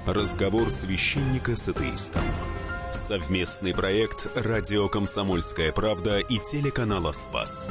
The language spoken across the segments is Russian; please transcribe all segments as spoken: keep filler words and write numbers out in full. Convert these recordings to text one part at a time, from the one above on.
Разговор священника с атеистом. Совместный проект «Радио Комсомольская правда» и телеканала «Спас».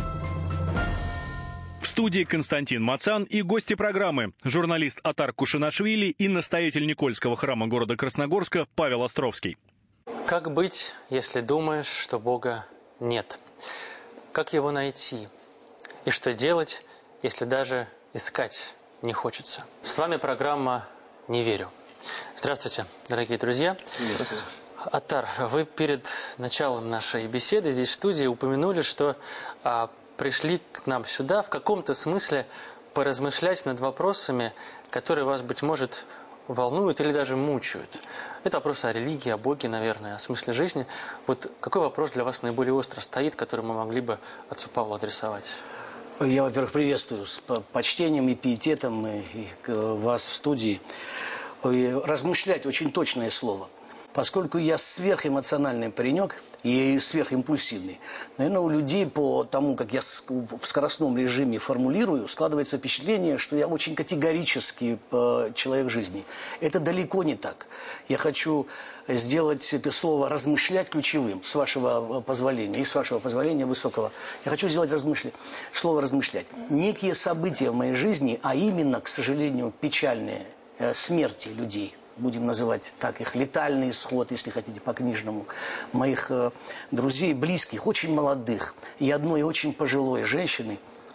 В студии Константин Мацан и гости программы – журналист Отар Кушанашвили и настоятель Никольского храма города Красногорска Павел Островский. Как быть, если думаешь, что Бога нет? Как его найти? И что делать, если даже искать не хочется? С вами программа «Не верю». Здравствуйте, дорогие друзья. Здравствуйте. Отар, вы перед началом нашей беседы здесь в студии упомянули, что а, пришли к нам сюда в каком-то смысле поразмышлять над вопросами, которые вас, быть может, волнуют или даже мучают. Это вопросы о религии, о Боге, наверное, о смысле жизни. Вот какой вопрос для вас наиболее остро стоит, который мы могли бы отцу Павлу адресовать? Я, во-первых, приветствую с почтением и пиететом и, и вас в студии. И размышлять очень точное слово. Поскольку я сверхэмоциональный паренек и сверхимпульсивный, наверное, у людей по тому, как я в скоростном режиме формулирую, складывается впечатление, что я очень категорический человек жизни. Это далеко не так. Я хочу сделать слово «размышлять» ключевым, с вашего позволения, и с вашего позволения высокого. Я хочу сделать размышлять, слово «размышлять». Некие события в моей жизни, а именно, к сожалению, печальные смерти людей, будем называть так их, летальный исход, если хотите, по-книжному, моих э, друзей, близких, очень молодых, и одной очень пожилой женщины,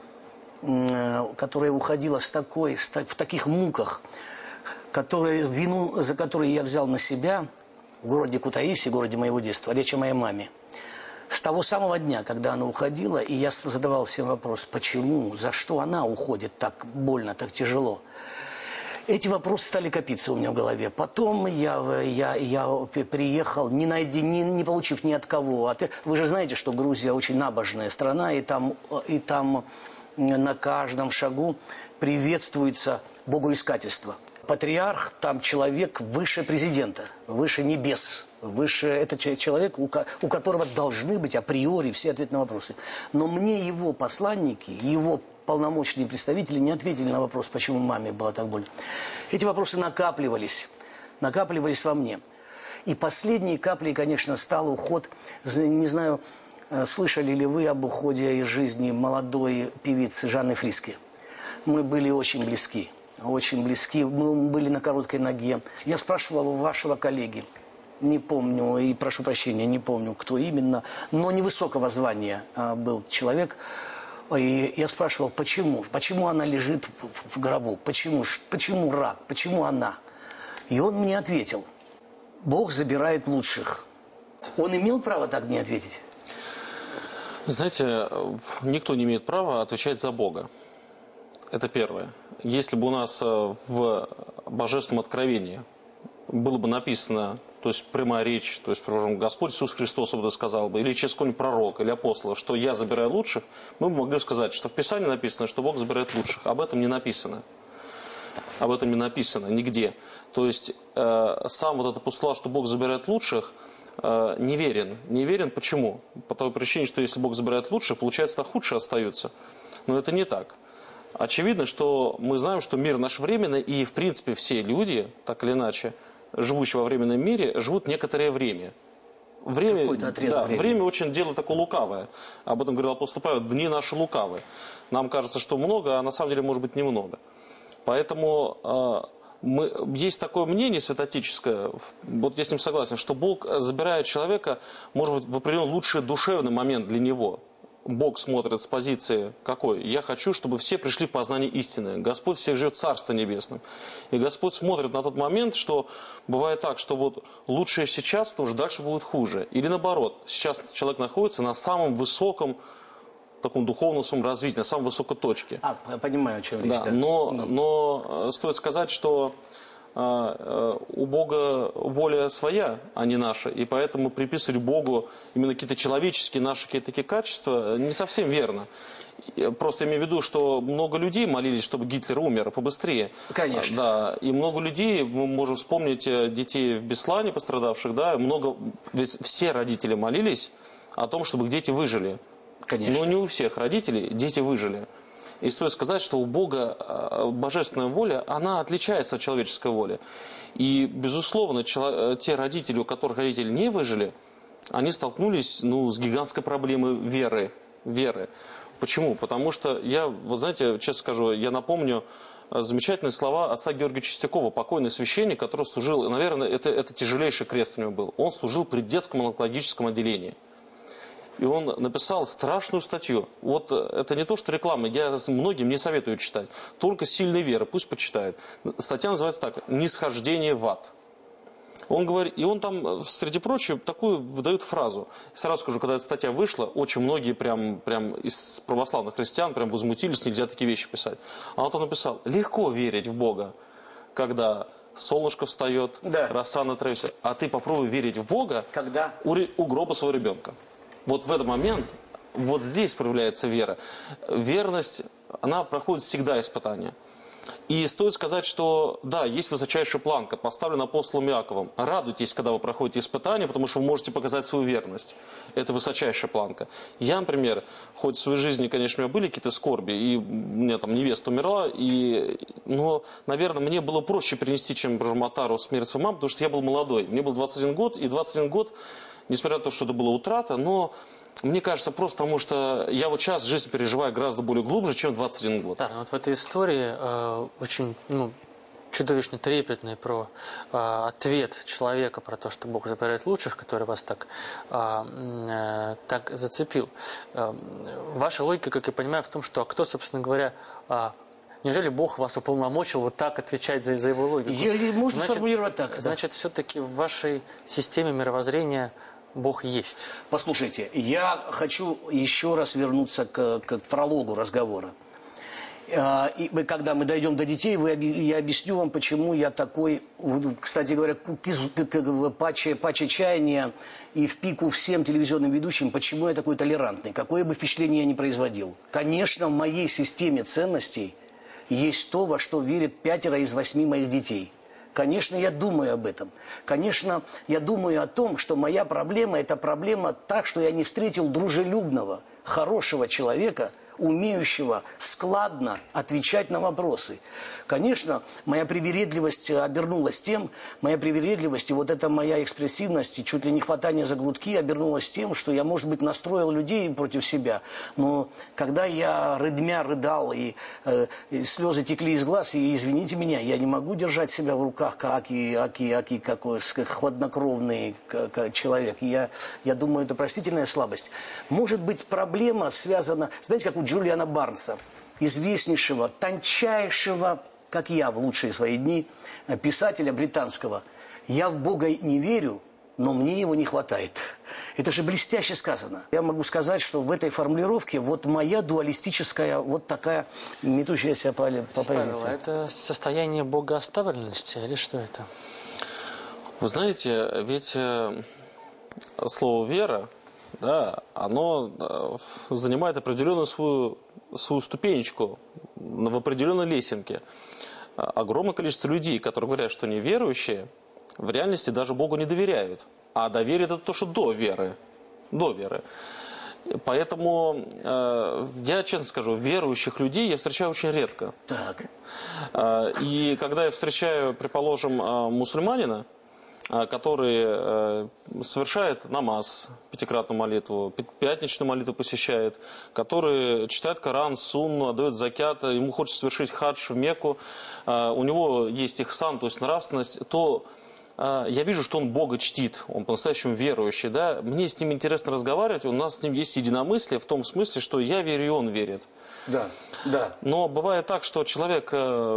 э, которая уходила с такой, с, в таких муках, которая, вину за которую я взял на себя в городе Кутаиси, городе моего детства, речь о моей маме. С того самого дня, когда она уходила, и я задавал всем вопрос, почему, за что она уходит так больно, так тяжело. Эти вопросы стали копиться у меня в голове. Потом я, я, я приехал, не, найди, не, не получив ни от кого. От, вы же знаете, что Грузия очень набожная страна, и там, и там на каждом шагу приветствуется богоискательство. Патриарх там человек выше президента, выше небес. Выше, это человек, у, у которого должны быть априори все ответы на вопросы. Но мне его посланники, его полномочные представители не ответили на вопрос, почему маме было так больно. Эти вопросы накапливались, накапливались во мне. И последней каплей, конечно, стал уход, не знаю, слышали ли вы об уходе из жизни молодой певицы Жанны Фриске. Мы были очень близки, очень близки, мы были на короткой ноге. Я спрашивал у вашего коллеги, не помню, и прошу прощения, не помню, кто именно, но невысокого звания был человек. И я спрашивал, почему? Почему она лежит в, в гробу? Почему? Почему рак? Почему она? И он мне ответил, Бог забирает лучших. Он имел право так мне ответить? Знаете, никто не имеет права отвечать за Бога. Это первое. Если бы у нас в Божественном откровении было бы написано, то есть прямая речь, то есть, предположим, Господь Иисус Христос об этом сказал бы, или через какой-нибудь пророк, или апостола, что я забираю лучших, мы бы могли сказать, что в Писании написано, что Бог забирает лучших. Об этом не написано. Об этом не написано нигде. То есть, э, сам вот этот постулат, что Бог забирает лучших, э, неверен. Неверен почему? По той причине, что если Бог забирает лучших, получается, то худшие остаются. Но это не так. Очевидно, что мы знаем, что мир наш временный, и, в принципе, все люди, так или иначе, живущие во временном мире, живут некоторое время. Время, да, время очень дело такое лукавое. Об этом говорил апостол Павел, дни наши лукавые. Нам кажется, что много, а на самом деле может быть немного. Поэтому э, мы, есть такое мнение святоотеческое, вот я с ним согласен, что Бог забирает человека, может быть, в определенный лучший душевный момент для него. Бог смотрит с позиции какой? Я хочу, чтобы все пришли в познание истины. Господь всех живет в Царстве Небесном. И Господь смотрит на тот момент, что бывает так, что вот лучшее сейчас, потому что дальше будет хуже. Или наоборот, сейчас человек находится на самом высоком таком духовном своем развитии, на самой высокой точке. А, я понимаю, о чем речь. Да, но, но стоит сказать, что у Бога воля своя, а не наша. И поэтому приписывать Богу именно какие-то человеческие наши какие-то такие качества не совсем верно. Просто имею в виду, что много людей молились, чтобы Гитлер умер побыстрее. Конечно. Да, и много людей, мы можем вспомнить детей в Беслане пострадавших, да, много, ведь все родители молились о том, чтобы дети выжили. Конечно. Но не у всех родителей дети выжили. И стоит сказать, что у Бога божественная воля, она отличается от человеческой воли. И, безусловно, те родители, у которых родители не выжили, они столкнулись ну, с гигантской проблемой веры. веры. Почему? Потому что я, вот знаете, честно скажу, я напомню замечательные слова отца Георгия Чистякова, покойный священник, который служил, наверное, это, это тяжелейший крест у него был. Он служил при детском онкологическом отделении. И он написал страшную статью. Вот это не то, что реклама, я многим не советую читать. Только сильной веры, пусть почитают. Статья называется так «Нисхождение в ад». Он говорит, и он там, среди прочего, такую выдает фразу. Сразу скажу, когда эта статья вышла, очень многие прям, прям из православных христиан прям возмутились, нельзя такие вещи писать. А он там написал: легко верить в Бога, когда солнышко встает, да. роса на траве, а ты попробуй верить в Бога когда? У, у гроба своего ребенка. Вот в этот момент, вот здесь проявляется вера. Верность, она проходит всегда испытания. И стоит сказать, что да, есть высочайшая планка, поставлена апостолом Иаковом. Радуйтесь, когда вы проходите испытания, потому что вы можете показать свою верность. Это высочайшая планка. Я, например, хоть в своей жизни, конечно, у меня были какие-то скорби, и у меня там невеста умерла, и, но, наверное, мне было проще перенести, чем Брахматару, смерть своей мамы, потому что я был молодой. Мне был двадцать один год, и двадцать один год, несмотря на то, что это была утрата, но... Мне кажется, просто потому что я вот сейчас жизнь переживаю гораздо более глубже, чем двадцать один год. Да, вот в этой истории э, очень ну, чудовищно трепетный про э, ответ человека, про то, что Бог забирает лучших, который вас так, э, э, так зацепил. Э, ваша логика, как я понимаю, в том, что а кто, собственно говоря... Э, Неужели Бог вас уполномочил вот так отвечать за, за его логику? Я, можно значит, сформулировать так. Значит, да. все-таки в вашей системе мировоззрения Бог есть. Послушайте, я хочу еще раз вернуться к, к прологу разговора. И мы, когда мы дойдем до детей, вы, я объясню вам, почему я такой, кстати говоря, паче, паче чаяния и в пику всем телевизионным ведущим, почему я такой толерантный, какое бы впечатление я ни производил. Конечно, в моей системе ценностей есть то, во что верят пятеро из восьми моих детей. Конечно, я думаю об этом. Конечно, я думаю о том, что моя проблема – это проблема так, что я не встретил дружелюбного, хорошего человека, умеющего складно отвечать на вопросы. Конечно, моя привередливость обернулась тем, моя привередливость и вот эта моя экспрессивность, и чуть ли не хватание за грудки обернулась тем, что я, может быть, настроил людей против себя. Но когда я рыдмя рыдал, и, э, и слезы текли из глаз, и, извините меня, я не могу держать себя в руках, как и, аки, аки, какой хладнокровный как, человек. Я, я думаю, это простительная слабость. Может быть, проблема связана, знаете, как у Джулиана Барнса, известнейшего, тончайшего, как я в лучшие свои дни, писателя британского. «Я в Бога не верю, но мне его не хватает». Это же блестяще сказано. Я могу сказать, что в этой формулировке вот моя дуалистическая, вот такая метущаяся попадется. Это состояние богооставленности или что это? Вы знаете, ведь слово «вера», да, оно занимает определенную свою, свою ступенечку в определенной лесенке. Огромное количество людей, которые говорят, что они верующие, в реальности даже Богу не доверяют. А доверие – это то, что до веры. До веры. Поэтому, э, я честно скажу, верующих людей я встречаю очень редко. Так. Э, и когда я встречаю, предположим, мусульманина, который совершает намаз, пятикратную молитву, пятничную молитву посещает, который читает Коран, сунну, отдает закят, ему хочется совершить хадж в Мекку, у него есть ихсан, то есть нравственность, то я вижу, что он Бога чтит, он по-настоящему верующий. Да? Мне с ним интересно разговаривать, у нас с ним есть единомыслие в том смысле, что я верю, и он верит. Да, да. Но бывает так, что человек,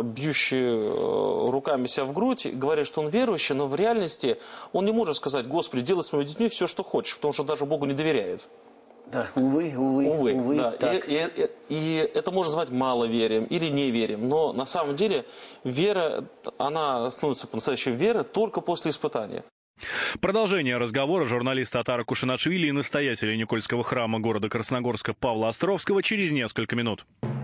бьющий руками себя в грудь, говорит, что он верующий, но в реальности он не может сказать: Господи, делай с моими детьми все, что хочешь, потому что даже Богу не доверяет. Да, увы, увы, увы. увы да. и, и, и, и это можно назвать маловерием или неверием, но на самом деле вера, она становится по-настоящему верой только после испытания. Продолжение разговора журналиста Атара Кушанашвили и настоятеля Никольского храма города Красногорска Павла Островского через несколько минут.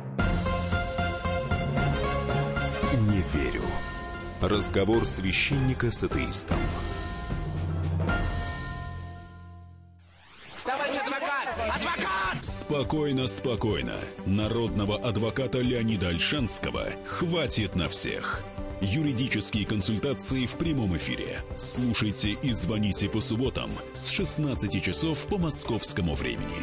Не верю. Разговор священника с атеистом. Товарищ адвокат! Адвокат! Спокойно, спокойно. Народного адвоката Леонида Ольшанского хватит на всех. Юридические консультации в прямом эфире. Слушайте и звоните по субботам с шестнадцати часов по московскому времени.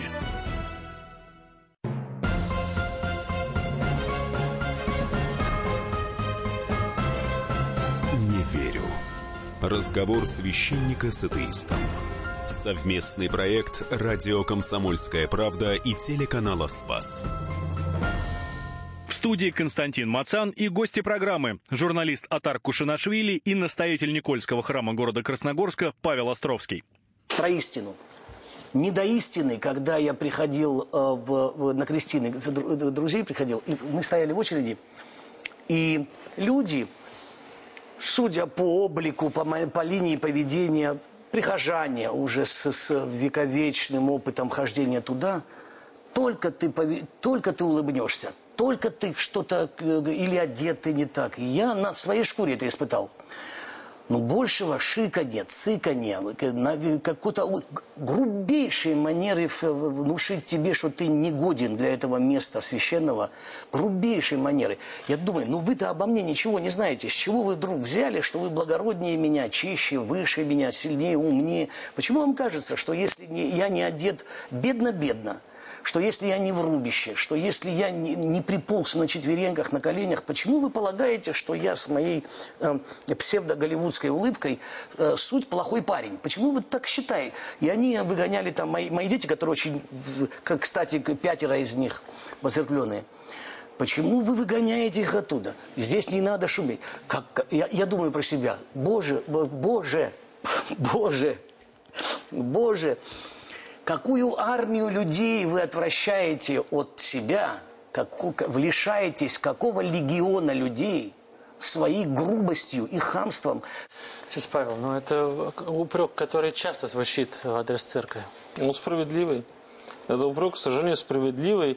Не верю. Разговор священника с атеистом. Совместный проект «Радио Комсомольская правда» и телеканала «Спас». В студии Константин Мацан и гости программы. Журналист Атар Кушанашвили и настоятель Никольского храма города Красногорска Павел Островский. Про истину. Не до истины, когда я приходил э, в, в, на крестины, друзей приходил, и мы стояли в очереди, и люди, судя по облику, по, по линии поведения, прихожане уже с, с вековечным опытом хождения туда, только ты, только ты улыбнешься, только ты что-то или одет ты не так. И я на своей шкуре это испытал. Но большего шика нет, цыка нет, какой-то грубейшие манеры внушить тебе, что ты не годен для этого места священного. Грубейшие манеры. Я думаю, ну вы-то обо мне ничего не знаете. С чего вы вдруг взяли, что вы благороднее меня, чище, выше меня, сильнее, умнее? Почему вам кажется, что если я не одет бедно-бедно, что если я не в рубище, что если я не, не приполз на четвереньках, на коленях, почему вы полагаете, что я с моей э, псевдо-голливудской улыбкой э, суть плохой парень? Почему вы так считаете? И они выгоняли там, мои, мои дети, которые очень, как, кстати, пятеро из них воцерквленные. Почему вы выгоняете их оттуда? Здесь не надо шуметь. Как, я, я думаю про себя. Боже, Боже, Боже, Боже. Какую армию людей вы отвращаете от себя, как, вы лишаетесь какого легиона людей своей грубостью и хамством. Отец Павел, ну это упрек, который часто звучит в адрес церкви. Он справедливый. Это упрек, к сожалению, справедливый.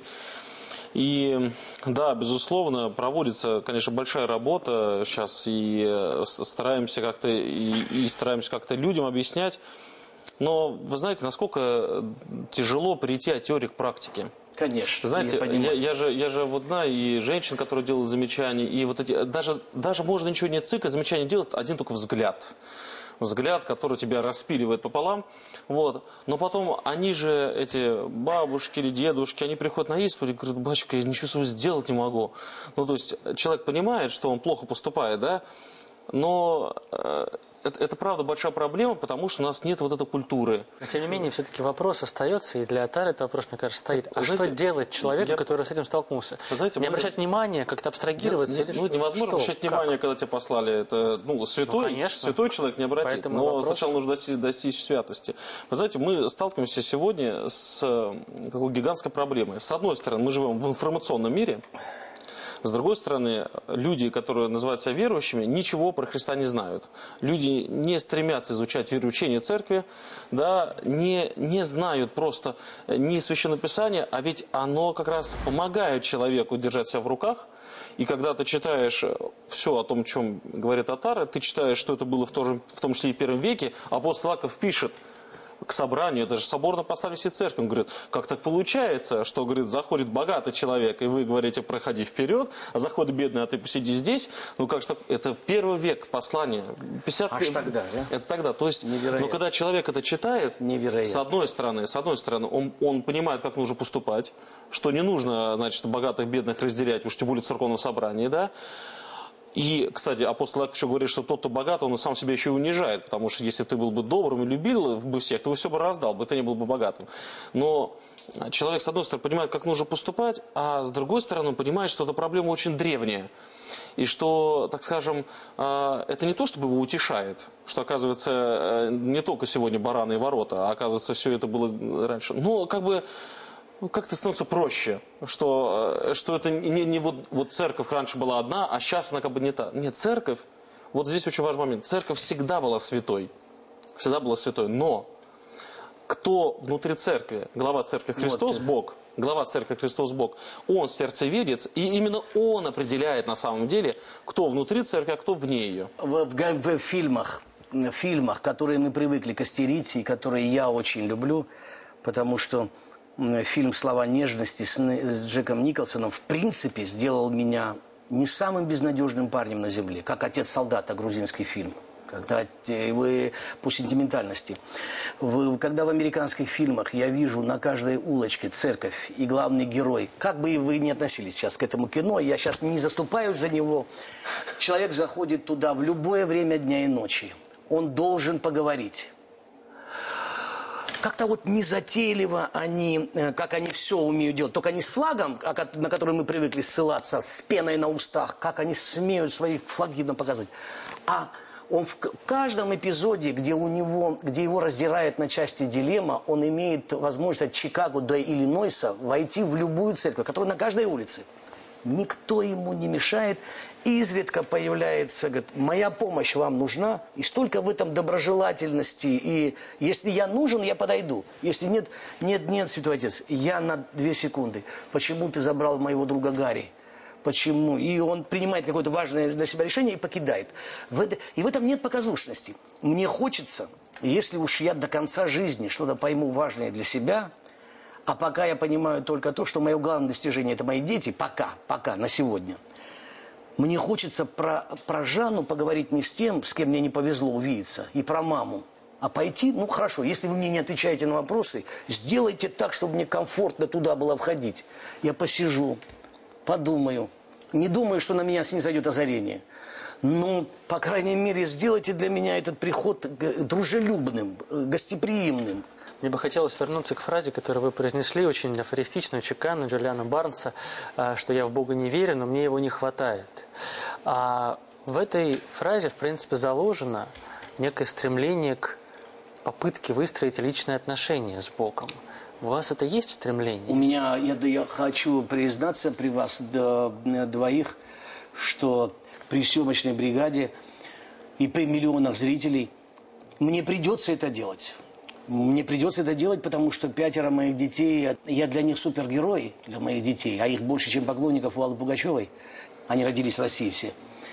И да, безусловно, проводится, конечно, большая работа сейчас, и стараемся как-то и, и стараемся как-то людям объяснять. Но вы знаете, насколько тяжело перейти от теории к практике. Конечно. Знаете, я, я, я, же, я же вот знаю и женщин, которые делают замечания, и вот эти, даже, даже можно ничего не цикать, замечания делать, один только взгляд. Взгляд, который тебя распиливает пополам. Вот. Но потом они же, эти бабушки или дедушки, они приходят на исповедь и говорят: батюшка, я ничего своего сделать не могу. Ну, то есть человек понимает, что он плохо поступает, да, но... Это, это правда большая проблема, потому что у нас нет вот этой культуры. Но, тем не менее, все-таки вопрос остается, и для Атара этот вопрос, мне кажется, стоит. А знаете, что делать человеку, я... который с этим столкнулся? Знаете, не мы... обращать внимания, как-то абстрагироваться? Не, или ну, что? невозможно что? обращать Как? внимание, когда тебя послали. Это, ну, святой, ну, святой человек не обратит. Поэтому но вопрос... сначала нужно достичь, достичь святости. Вы знаете, мы сталкиваемся сегодня с какой гигантской проблемой. С одной стороны, мы живем в информационном мире. С другой стороны, люди, которые называют себя верующими, ничего про Христа не знают. Люди не стремятся изучать вероучение церкви, да, не, не знают просто ни Священного Писания, а ведь оно как раз помогает человеку держать себя в руках. И когда ты читаешь все о том, о чем говорит Атар, ты читаешь, что это было в том, в том числе и в первом веке, апостол Иаков пишет к собранию, даже соборно поставили все церковь. Он говорит, как так получается, что, говорит, заходит богатый человек, и вы говорите, проходи вперед, а заходит бедный, а ты посиди здесь. Ну как что, это в первый век послание. пятьдесят Аж тогда, да? Это тогда. То есть, но когда человек это читает, Невероятно. с одной стороны, с одной стороны, он, он понимает, как нужно поступать, что не нужно, значит, богатых, бедных разделять, уж тем более в церковном собрании, да. И, кстати, апостол Иаков еще говорит, что тот, кто богат, он сам себя еще и унижает. Потому что если ты был бы добрым и любил бы всех, то все бы раздал бы, ты не был бы богатым. Но человек, с одной стороны, понимает, как нужно поступать, а с другой стороны, он понимает, что эта проблема очень древняя. И что, так скажем, это не то, чтобы его утешает, что, оказывается, не только сегодня бараны и ворота, а, оказывается, все это было раньше. Но, как бы... Ну, как-то становится проще, что, что это не, не вот, вот церковь раньше была одна, а сейчас она как бы не та. Нет, церковь, вот здесь очень важный момент, церковь всегда была святой, всегда была святой, но кто внутри церкви, глава церкви Христос вот. Бог, глава церкви Христос Бог, он сердцеведец, и именно он определяет на самом деле, кто внутри церкви, а кто вне ее. В, в, в фильмах, в фильмах, которые мы привыкли костерить, и которые я очень люблю, потому что фильм «Слова нежности» с, с Джеком Николсоном в принципе сделал меня не самым безнадежным парнем на земле, как «Отец солдата», грузинский фильм. Когда вы по сентиментальности. Вы, когда в американских фильмах я вижу на каждой улочке церковь и главный герой, как бы вы ни относились сейчас к этому кино, я сейчас не заступаюсь за него, человек заходит туда в любое время дня и ночи. Он должен поговорить. Как-то вот незатейливо они, как они все умеют делать. Только не с флагом, на который мы привыкли ссылаться, с пеной на устах, как они смеют свои флаги нам показывать. А он в каждом эпизоде, где, у него, где его раздирает на части дилемма, он имеет возможность от Чикаго до Иллинойса войти в любую церковь, которая на каждой улице. Никто ему не мешает. Изредка появляется, говорит, моя помощь вам нужна. И столько в этом доброжелательности. И если я нужен, я подойду. Если нет, нет, нет, Святой Отец, я на две секунды. Почему ты забрал моего друга Гарри? Почему? И он принимает какое-то важное для себя решение и покидает. В это, и в этом нет показушности. Мне хочется, если уж я до конца жизни что-то пойму важное для себя, а пока я понимаю только то, что мое главное достижение – это мои дети, пока, пока, на сегодня. Мне хочется про, про Жанну поговорить не с тем, с кем мне не повезло увидеться, и про маму. А пойти, ну хорошо, если вы мне не отвечаете на вопросы, сделайте так, чтобы мне комфортно туда было входить. Я посижу, подумаю. Не думаю, что на меня снизойдет озарение. Но, по крайней мере, сделайте для меня этот приход дружелюбным, гостеприимным. Мне бы хотелось вернуться к фразе, которую вы произнесли, очень афористичную, чеканную, Джулиана Барнса, что я в Бога не верю, но мне его не хватает. А в этой фразе, в принципе, заложено некое стремление к попытке выстроить личные отношения с Богом. У вас это есть стремление? У меня, я, я хочу признаться при вас до, двоих, что при съемочной бригаде и при миллионах зрителей мне придется это делать. Мне придется это делать, потому что пятеро моих детей, я для них супергерой, для моих детей, а их больше, чем поклонников у Аллы Пугачевой. Они родились в России все.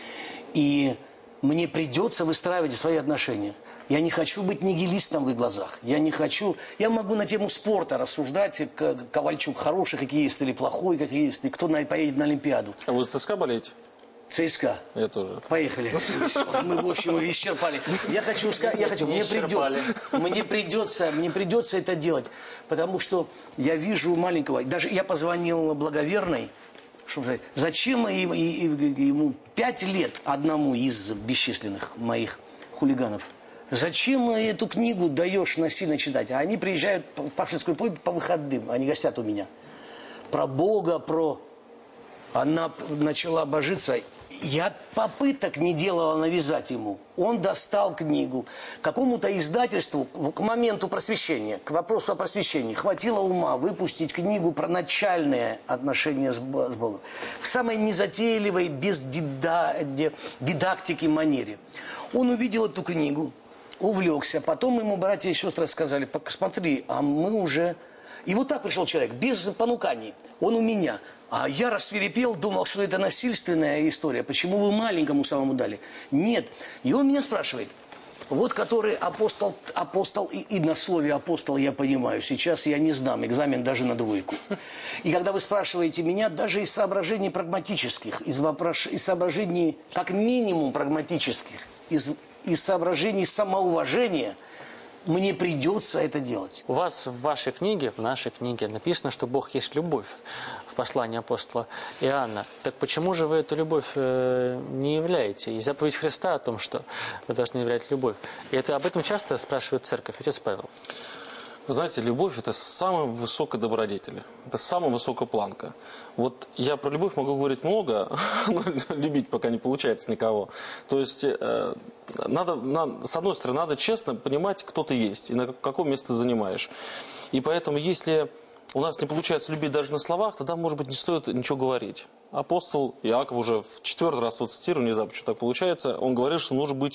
И мне придется выстраивать свои отношения. Я не хочу быть нигилистом в их глазах. Я не хочу... Я могу на тему спорта рассуждать, Ковальчук хороший хоккеист или плохой хоккеист, и кто поедет на Олимпиаду. А вы с ЦСКА болеете? ЦСКА. Я тоже. Поехали. Мы, в общем, исчерпали. Я хочу сказать, я хочу, мне придется, мне придется, мне придется это делать, потому что я вижу маленького, даже я позвонил благоверной, чтобы сказать, зачем ему пять лет одному из бесчисленных моих хулиганов. Зачем эту книгу даешь насильно читать? А они приезжают в Павшинскую площадь по выходным, они гостят у меня. Про Бога, про... Она начала божиться. Я попыток не делала навязать ему. Он достал книгу. Какому-то издательству к моменту просвещения, к вопросу о просвещении, хватило ума выпустить книгу про начальные отношения с Богом. В самой незатейливой, без дидактики манере. Он увидел эту книгу, увлекся. Потом ему братья и сестры сказали, посмотри, а мы уже... И вот так пришел человек, без понуканий. Он у меня. А я рассвирепел, думал, что это насильственная история. Почему вы маленькому самому дали? Нет. И он меня спрашивает. Вот который апостол, апостол и, и на слове апостол я понимаю. Сейчас я не сдам экзамен даже на двойку. И когда вы спрашиваете меня, даже из соображений прагматических, из, вопрош... из соображений как минимум прагматических, из, из соображений самоуважения, мне придется это делать. У вас в вашей книге, в нашей книге написано, что Бог есть любовь, в послании апостола Иоанна. Так почему же вы эту любовь э, не являете? И заповедь Христа о том, что вы должны являть любовь. И это об этом часто спрашивает церковь. Отец Павел. Вы знаете, любовь – это самая высокая добродетель. Это самая высокая планка. Вот я про любовь могу говорить много, но любить пока не получается никого. То есть, э, надо, надо, с одной стороны, надо честно понимать, кто ты есть и на каком месте ты занимаешь. И поэтому, если у нас не получается любить даже на словах, тогда, может быть, не стоит ничего говорить. Апостол Иаков уже в четвертый раз вот цитирую, не знаю, почему так получается, он говорит, что нужно быть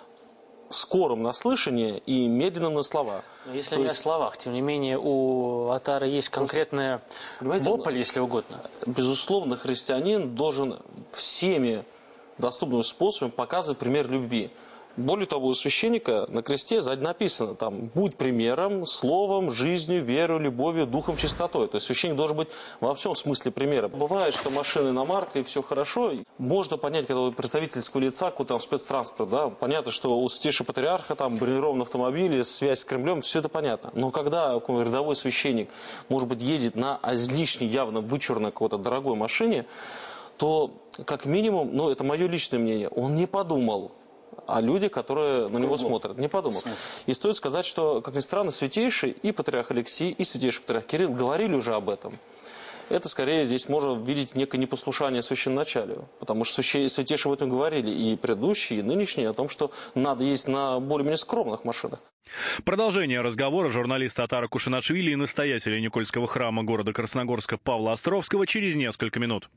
скорым на слышание и медленным на слова. Но если То не есть... о словах, тем не менее у Атара есть конкретная вопль, если угодно. Безусловно, христианин должен всеми доступными способами показывать пример любви. Более того, у священника на кресте сзади написано, там, будь примером, словом, жизнью, верой, любовью, духом, чистотой. То есть священник должен быть во всем смысле примером. Бывает, что машина иномарка и все хорошо. Можно понять, когда у представительского лица, какой там спецтранспорт, да, понятно, что у святейшего патриарха там бронированный автомобиль, связь с Кремлем, все это понятно. Но когда рядовой священник, может быть, едет на излишне явно вычурной какой-то дорогой машине, то, как минимум, ну, это мое личное мнение, он не подумал, а люди, которые на него смотрят, не подумал. И стоит сказать, что, как ни странно, святейший и патриарх Алексий, и святейший патриарх Кирилл говорили уже об этом. Это, скорее, здесь можно видеть некое непослушание священноначалию. Потому что святейшие об этом говорили, и предыдущие, и нынешние, о том, что надо ездить на более-менее скромных машинах. Продолжение разговора журналиста Атара Кушанашвили и настоятеля Никольского храма города Красногорска Павла Островского через несколько минут.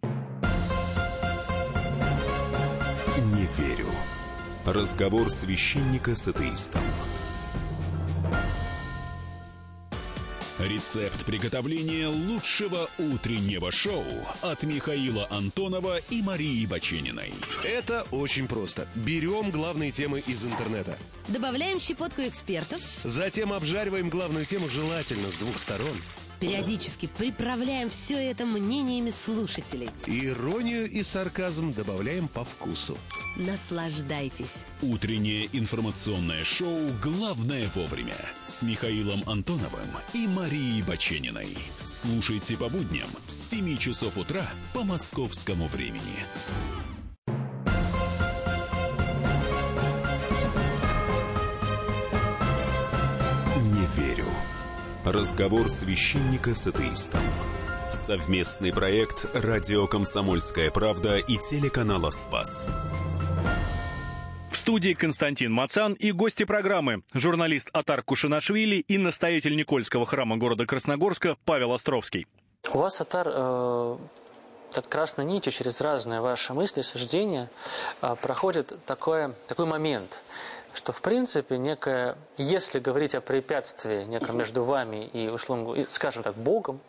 Не верю. Разговор священника с атеистом. Рецепт приготовления лучшего утреннего шоу от Михаила Антонова и Марии Бачениной. Это очень просто. Берем главные темы из интернета. Добавляем щепотку экспертов. Затем обжариваем главную тему желательно с двух сторон. Периодически приправляем все это мнениями слушателей. Иронию и сарказм добавляем по вкусу. Наслаждайтесь. Утреннее информационное шоу «Главное вовремя» с Михаилом Антоновым и Марией Бачениной. Слушайте по будням с семи часов утра по московскому времени. Не верю. Разговор священника с атеистом. Совместный проект «Радио Комсомольская правда» и телеканала «Спас». В студии Константин Мацан и гости программы – журналист Атар Кушанашвили и настоятель Никольского храма города Красногорска Павел Островский. У вас, Атар, э, так красной нитью через разные ваши мысли, суждения э, проходит такое, такой момент, что, в принципе, некое, если говорить о препятствии неком между вами и, условно, скажем так, Богом,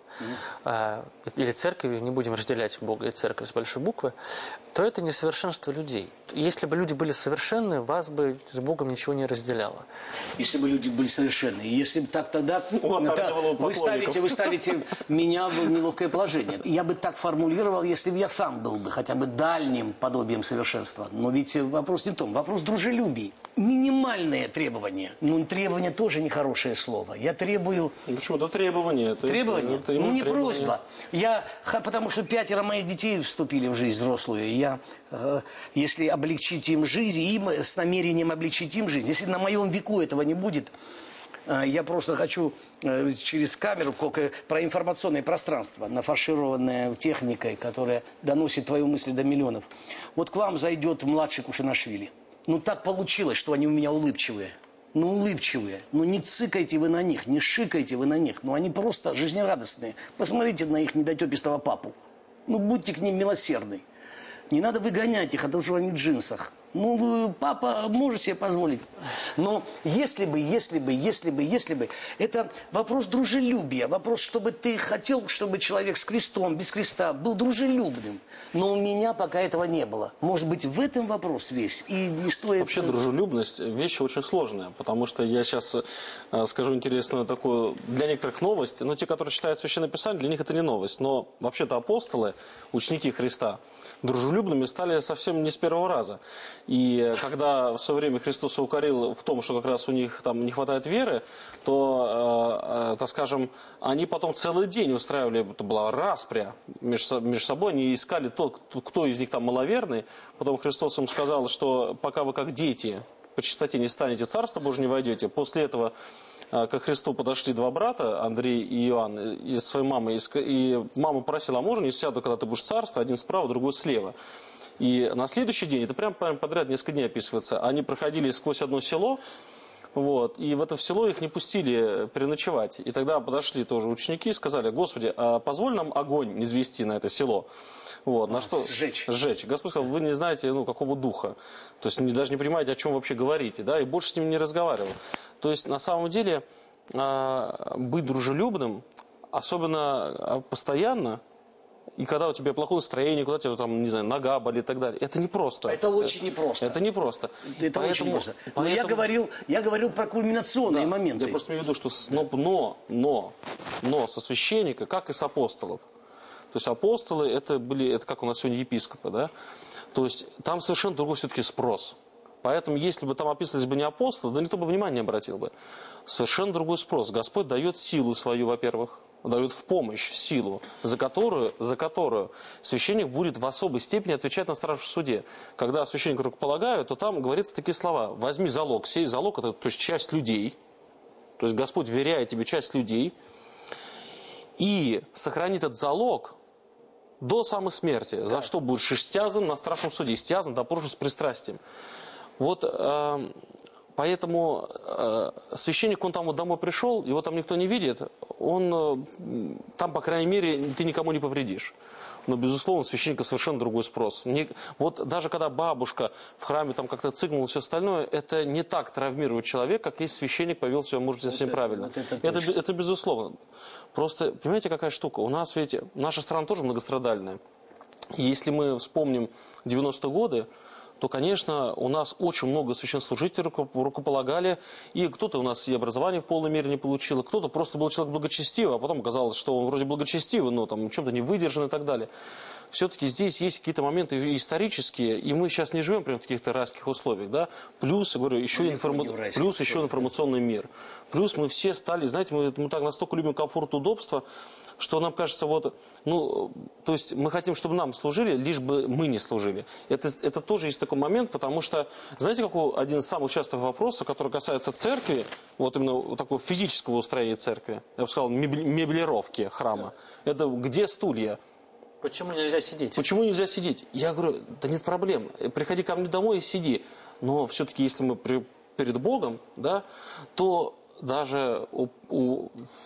э, или церковью, не будем разделять Бога и церковь с большой буквы, то это несовершенство людей. Если бы люди были совершенны, вас бы с Богом ничего не разделяло. Если бы люди были совершенны. Если бы так, тогда Вот, это, вы, ставите, вы ставите меня в неловкое положение. Я бы так формулировал, если бы я сам был бы хотя бы дальним подобием совершенства. Но ведь вопрос не в том. Вопрос дружелюбия. Минимальные требования. Ну, требования тоже нехорошее слово. Я требую... Почему? Это требование. Это, Требование? Это, это ну, не требование. просьба. Я, потому что пятеро моих детей вступили в жизнь взрослую. Я, э, если облегчить им жизнь, им с намерением облегчить им жизнь, если на моем веку этого не будет, э, я просто хочу э, через камеру, как, про информационное пространство, нафаршированное техникой, которая доносит твою мысль до миллионов. Вот к вам зайдет младший Кушанашвили. Ну, так получилось, что они у меня улыбчивые. Ну, улыбчивые. Ну, не цыкайте вы на них, не шикайте вы на них. Ну, они просто жизнерадостные. Посмотрите на их недотепистого папу. Ну, будьте к ним милосердны. Не надо выгонять их, а то, что они в джинсах. Ну, папа может себе позволить. Но если бы, если бы, если бы, если бы... Это вопрос дружелюбия. Вопрос, чтобы ты хотел, чтобы человек с крестом, без креста был дружелюбным. Но у меня пока этого не было. Может быть, в этом вопрос весь. И не стоит... Вообще дружелюбность – вещь очень сложная. Потому что я сейчас э, скажу интересную такую, для некоторых новость. Но те, которые читают Священное Писание, для них это не новость. Но вообще-то апостолы, ученики Христа, дружелюбными стали совсем не с первого раза. И когда в свое время Христос укорил в том, что как раз у них там не хватает веры, то, э, э, так скажем, они потом целый день устраивали, это была распря между, между собой, они искали тот, кто из них там маловерный. Потом Христос им сказал, что пока вы как дети по чистоте не станете, Царство Божие не войдете. После этого к Христу подошли два брата, Андрей и Иоанн, и своей мамой, и мама просила: а можно не сяду, когда ты будешь царство, один справа, другой слева. И на следующий день, это прям подряд несколько дней описывается, они проходили сквозь одно село, вот, и в это село их не пустили переночевать. И тогда подошли тоже ученики и сказали: Господи, а позволь нам огонь низвести на это село. Вот, на что? Сжечь. Сжечь. Господь сказал: вы не знаете, ну, какого духа. То есть не, даже не понимаете, о чем вообще говорите. Да? И больше с ними не разговаривал. То есть на самом деле э, быть дружелюбным, особенно постоянно, и когда у тебя плохое настроение, куда у тебя там, не знаю, нога болит и так далее. Это непросто. Это очень непросто. Это непросто. Это поэтому, очень непросто. Но поэтому... я, говорил, я говорил про кульминационные да, моменты. Я просто имею в виду, что но, но, но, но со священника, как и с апостолов. То есть апостолы, это были, это как у нас сегодня епископы, да? То есть там совершенно другой все-таки спрос. Поэтому, если бы там описывались бы не апостолы, да никто бы внимания не обратил бы. Совершенно другой спрос. Господь дает силу свою, во-первых, дает в помощь силу, за которую, за которую священник будет в особой степени отвечать на страже в суде. Когда священник рукополагают, то там говорится такие слова. Возьми залог. Сей залог, это то есть часть людей. То есть Господь вверяет тебе часть людей. И сохранит этот залог до самой смерти. За что будешь истязан на страшном суде. Истязан, допрошен с пристрастием. Вот... Э, Поэтому э, священник, он там вот домой пришел, его там никто не видит, он э, там, по крайней мере, ты никому не повредишь. Но, безусловно, священника совершенно другой спрос. Не, вот даже когда бабушка в храме там как-то цыкнула и все остальное, это не так травмирует человека, как если священник повел себя, может, совсем вот правильно. Вот это, это, это, это безусловно. Просто, понимаете, какая штука? У нас ведь, наша страна тоже многострадальная. Если мы вспомним девяностые годы, то, конечно, у нас очень много священнослужителей рукополагали, и кто-то у нас и образование в полной мере не получил, кто-то просто был человек благочестивый, а потом оказалось, что он вроде благочестивый, но там чем-то не выдержан и так далее. Все-таки здесь есть какие-то моменты исторические, и мы сейчас не живем прямо в каких-то райских условиях, да. Плюс, говорю, еще, информа... Плюс еще информационный мир. Плюс мы все стали, знаете, мы, мы так настолько любим комфорт, удобство, что нам кажется, вот, ну, то есть мы хотим, чтобы нам служили, лишь бы мы не служили. Это, это тоже есть такой момент, потому что, знаете, какой один из самых частых вопросов, который касается церкви, вот именно такого физического устроения церкви, я бы сказал, меблировки храма, да. Это где стулья? Почему нельзя сидеть? Почему нельзя сидеть? Я говорю, да нет проблем, приходи ко мне домой и сиди. Но все-таки, если мы при, перед Богом, да, то даже у... у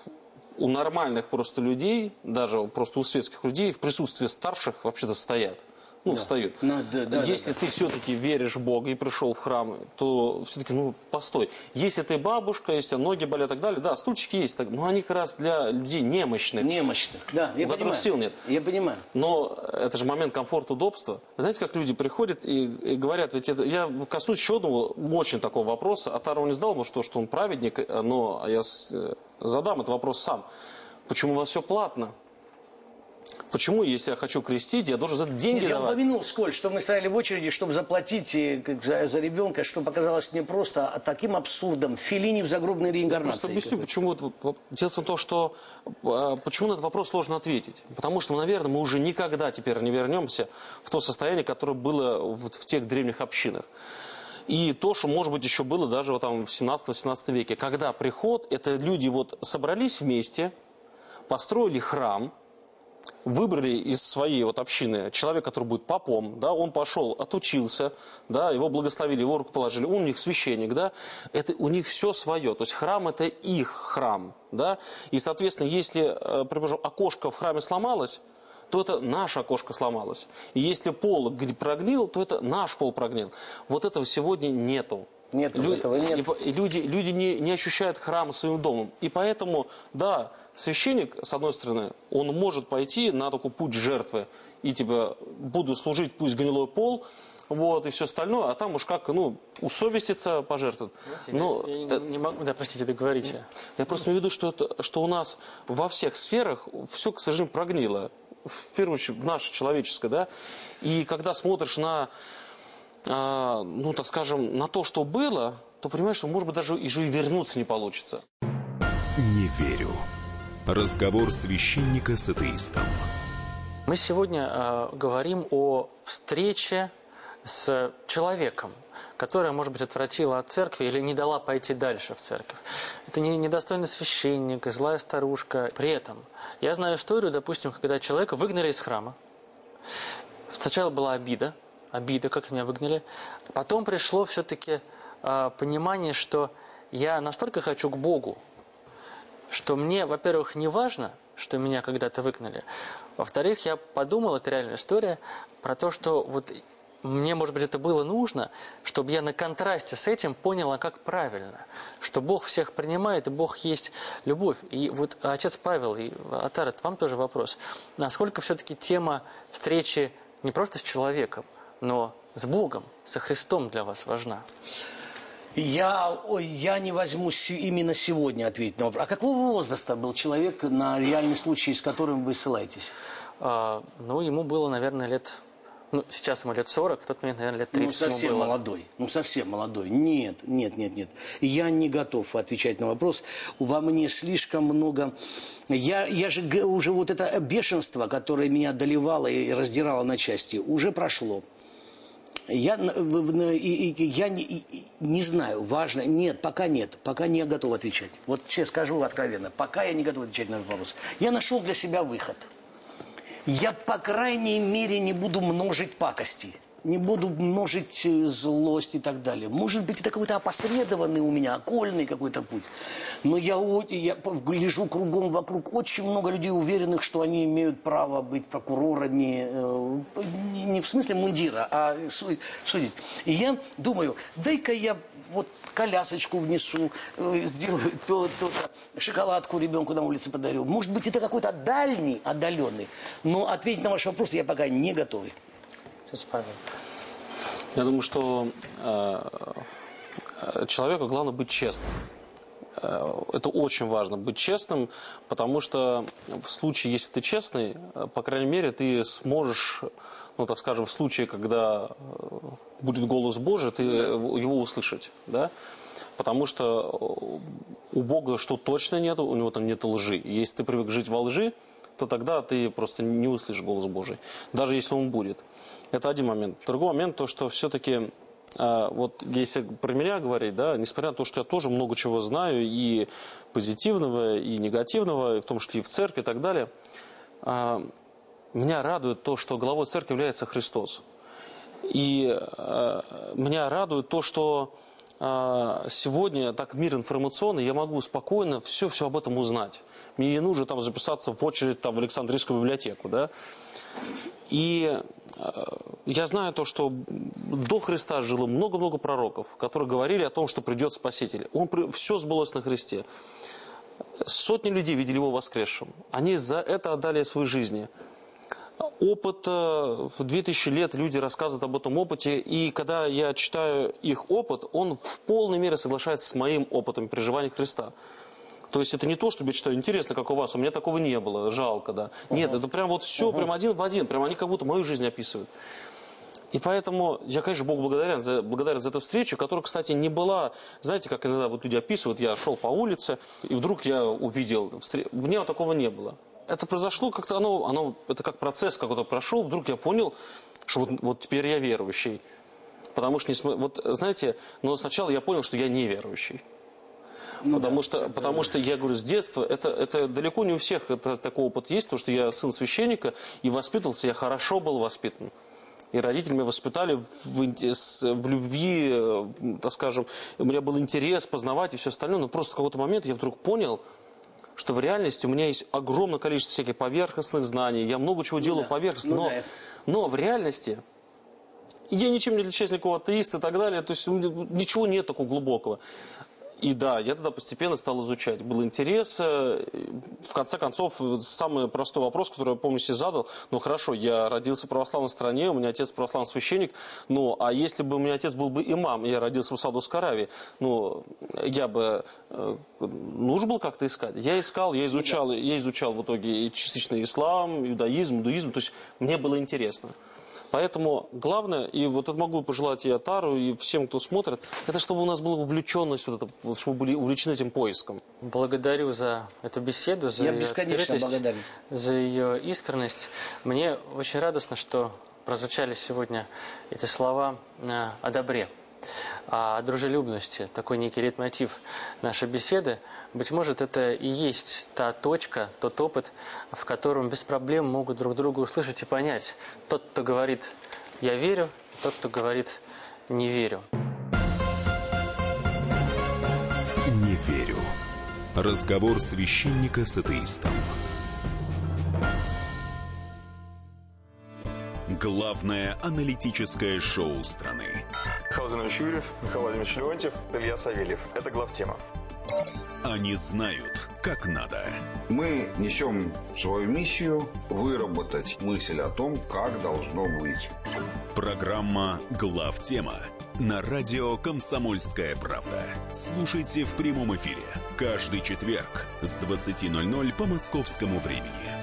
У нормальных просто людей, даже просто у светских людей, в присутствии старших вообще-то стоят. Ну, да. встают. Ну, да, да, Если да, ты да. все-таки веришь в Бога и пришел в храм, то все-таки, ну, постой. Если ты бабушка, если ноги болят и так далее, да, стульчики есть, но они как раз для людей немощных. Немощных, да, я у которых сил нет. Я понимаю. Но это же момент комфорта, удобства. Знаете, как люди приходят и, и говорят, ведь это, я коснусь еще одного очень такого вопроса. Атару не знал, что, что он праведник, но я задам этот вопрос сам. Почему у вас все платно? Почему, если я хочу крестить, я должен за это деньги Нет, давать? Я упомянул, Сколь, что мы стояли в очереди, чтобы заплатить за, за ребенка, что показалось мне просто а таким абсурдом. Феллини в загробной реинкарнации. Я просто объясню, почему. Дело в том, что почему на этот вопрос сложно ответить. Потому что, наверное, мы уже никогда теперь не вернемся в то состояние, которое было в, в тех древних общинах. И то, что, может быть, еще было даже вот там в семнадцатом-восемнадцатом веке. Когда приход, это люди вот собрались вместе, построили храм, выбрали из своей вот общины человека, который будет попом, да, он пошел, отучился, да, его благословили, его руку положили, он у них священник, да, это у них все свое, то есть храм это их храм, да, и, соответственно, если, предположим, окошко в храме сломалось, то это наше окошко сломалось, и если пол прогнил, то это наш пол прогнил. Вот этого сегодня нету. Нет, Лю... этого нет. И, и люди, люди не, не ощущают храм своим домом. И поэтому, да, священник, с одной стороны, он может пойти на такой путь жертвы. И типа, буду служить, пусть гнилой пол, вот, и все остальное, а там уж как, ну, усовеститься пожертвовать. Но, я не, не могу, да, простите, договорите. Я просто имею в виду, что, это, что у нас во всех сферах все, к сожалению, прогнило. В первую очередь, наше человеческое, да. И когда смотришь на... А, ну, так скажем, на то, что было, то понимаешь, что, может быть, даже и вернуться не получится. Не верю. Разговор священника с атеистом. Мы сегодня э, говорим о встрече с человеком, которая, может быть, отвратила от церкви или не дала пойти дальше в церковь. Это не недостойный священник, злая старушка. При этом я знаю историю, допустим, когда человека выгнали из храма. Сначала была обида. Обида, как меня выгнали. Потом пришло все-таки э, понимание, что я настолько хочу к Богу, что мне, во-первых, не важно, что меня когда-то выгнали. Во-вторых, я подумал, это реальная история, про то, что вот мне, может быть, это было нужно, чтобы я на контрасте с этим понял, а как правильно. Что Бог всех принимает, и Бог есть любовь. И вот, отец Павел, и Атар, это вам тоже вопрос. Насколько все-таки тема встречи не просто с человеком, но с Богом, со Христом для вас важна? Я, ой, я не возьму именно сегодня ответить на вопрос. А какого возраста был человек, на реальный случай, с которым вы ссылаетесь? А, ну, ему было, наверное, лет... Ну, сейчас ему лет сорок, в тот момент, наверное, лет тридцать. Ну, совсем ему было. молодой. Ну, совсем молодой. Нет, нет, нет, нет. Я не готов отвечать на вопрос. Во мне слишком много... Я, я же уже вот это бешенство, которое меня одолевало и раздирало на части, уже прошло. Я, я не, не знаю, важно. Нет, пока нет. Пока не готов отвечать. Вот сейчас скажу откровенно. Пока я не готов отвечать на этот вопрос. Я нашел для себя выход. Я, по крайней мере, не буду множить пакости, не буду множить злость и так далее. Может быть, это какой-то опосредованный у меня, окольный какой-то путь. Но я, я гляжу кругом вокруг очень много людей, уверенных, что они имеют право быть прокурорами, не в смысле мундира, а судить. И я думаю, дай-ка я вот колясочку внесу, сделаю то, то, то, шоколадку ребенку на улице подарю. Может быть, это какой-то дальний, отдаленный. Но ответить на ваш вопрос я пока не готов. Я думаю, что э, человеку главное быть честным. Это очень важно, быть честным, потому что в случае, если ты честный, по крайней мере, ты сможешь, ну, так скажем, в случае, когда будет голос Божий, ты его услышать, да? Потому что у Бога что точно нет, у него там нет лжи. Если ты привык жить во лжи, то тогда ты просто не услышишь голос Божий, даже если он будет. Это один момент. Другой момент, то, что все-таки... Вот если про меня говорить, да, несмотря на то, что я тоже много чего знаю, и позитивного, и негативного, в том числе и в церкви и так далее, меня радует то, что главой церкви является Христос. И меня радует то, что сегодня, так мир информационный, я могу спокойно все-все об этом узнать. Мне не нужно там записаться в очередь там, в Александрийскую библиотеку, да. И я знаю то, что до Христа жило много-много пророков, которые говорили о том, что придет Спаситель. Он, все сбылось на Христе. Сотни людей видели его воскресшим. Они за это отдали свои жизни. Опыт, в две тысячи лет люди рассказывают об этом опыте, и когда я читаю их опыт, он в полной мере соглашается с моим опытом переживания Христа. То есть это не то, чтобы я читаю, интересно, как у вас, у меня такого не было, жалко, да. Uh-huh. Нет, это прям вот все, uh-huh. прям один в один, прям они как будто мою жизнь описывают. И поэтому я, конечно, Богу благодарен за, благодарен за эту встречу, которая, кстати, не была, знаете, как иногда вот люди описывают, я шел по улице, и вдруг я увидел, у меня такого не было. Это произошло как-то, оно, оно, это как процесс какой-то прошел, вдруг я понял, что вот, вот теперь я верующий. Потому что, вот знаете, но сначала я понял, что я неверующий. Ну, потому, да, что, потому что, я говорю, с детства, это, это далеко не у всех это, такой опыт есть, потому что я сын священника, и воспитывался, я хорошо был воспитан. И родители меня воспитали в, в любви, так скажем, у меня был интерес познавать и все остальное, но просто в какой-то момент я вдруг понял, что в реальности у меня есть огромное количество всяких поверхностных знаний, я много чего делаю ну, да. поверхностно, ну, но, да. но в реальности я ничем не отличаюсь от никакого атеиста и так далее, то есть ничего нет такого глубокого. И да, я тогда постепенно стал изучать. Был интерес. В конце концов, самый простой вопрос, который я, помню, себе задал. Ну, хорошо, я родился в православной стране, у меня отец православный священник. Ну, а если бы у меня отец был бы имам, я родился в Саудовской Аравии, ну, я бы... Нужно было как-то искать. Я искал, я изучал, я изучал в итоге частично ислам, иудаизм, индуизм. То есть, мне было интересно. Поэтому главное, и вот это могу пожелать и Атару, и всем, кто смотрит, это чтобы у нас была увлеченность, вот это, чтобы мы были увлечены этим поиском. Благодарю за эту беседу, за Я ее открытость, за ее искренность. Мне очень радостно, что прозвучали сегодня эти слова о добре, о дружелюбности, такой некий лейтмотив нашей беседы. Быть может, это и есть та точка, тот опыт, в котором без проблем могут друг друга услышать и понять. Тот, кто говорит «я верю», тот, кто говорит «не верю». Не верю. Разговор священника с атеистом. Главное аналитическое шоу страны. Михаил Зинович Юрьев, Михаил Владимирович Леонтьев, Илья Савельев. Это главтема. Они знают, как надо. Мы несем свою миссию выработать мысль о том, как должно быть. Программа «Главтема» на радио «Комсомольская правда». Слушайте в прямом эфире каждый четверг с двадцати ноль-ноль по московскому времени.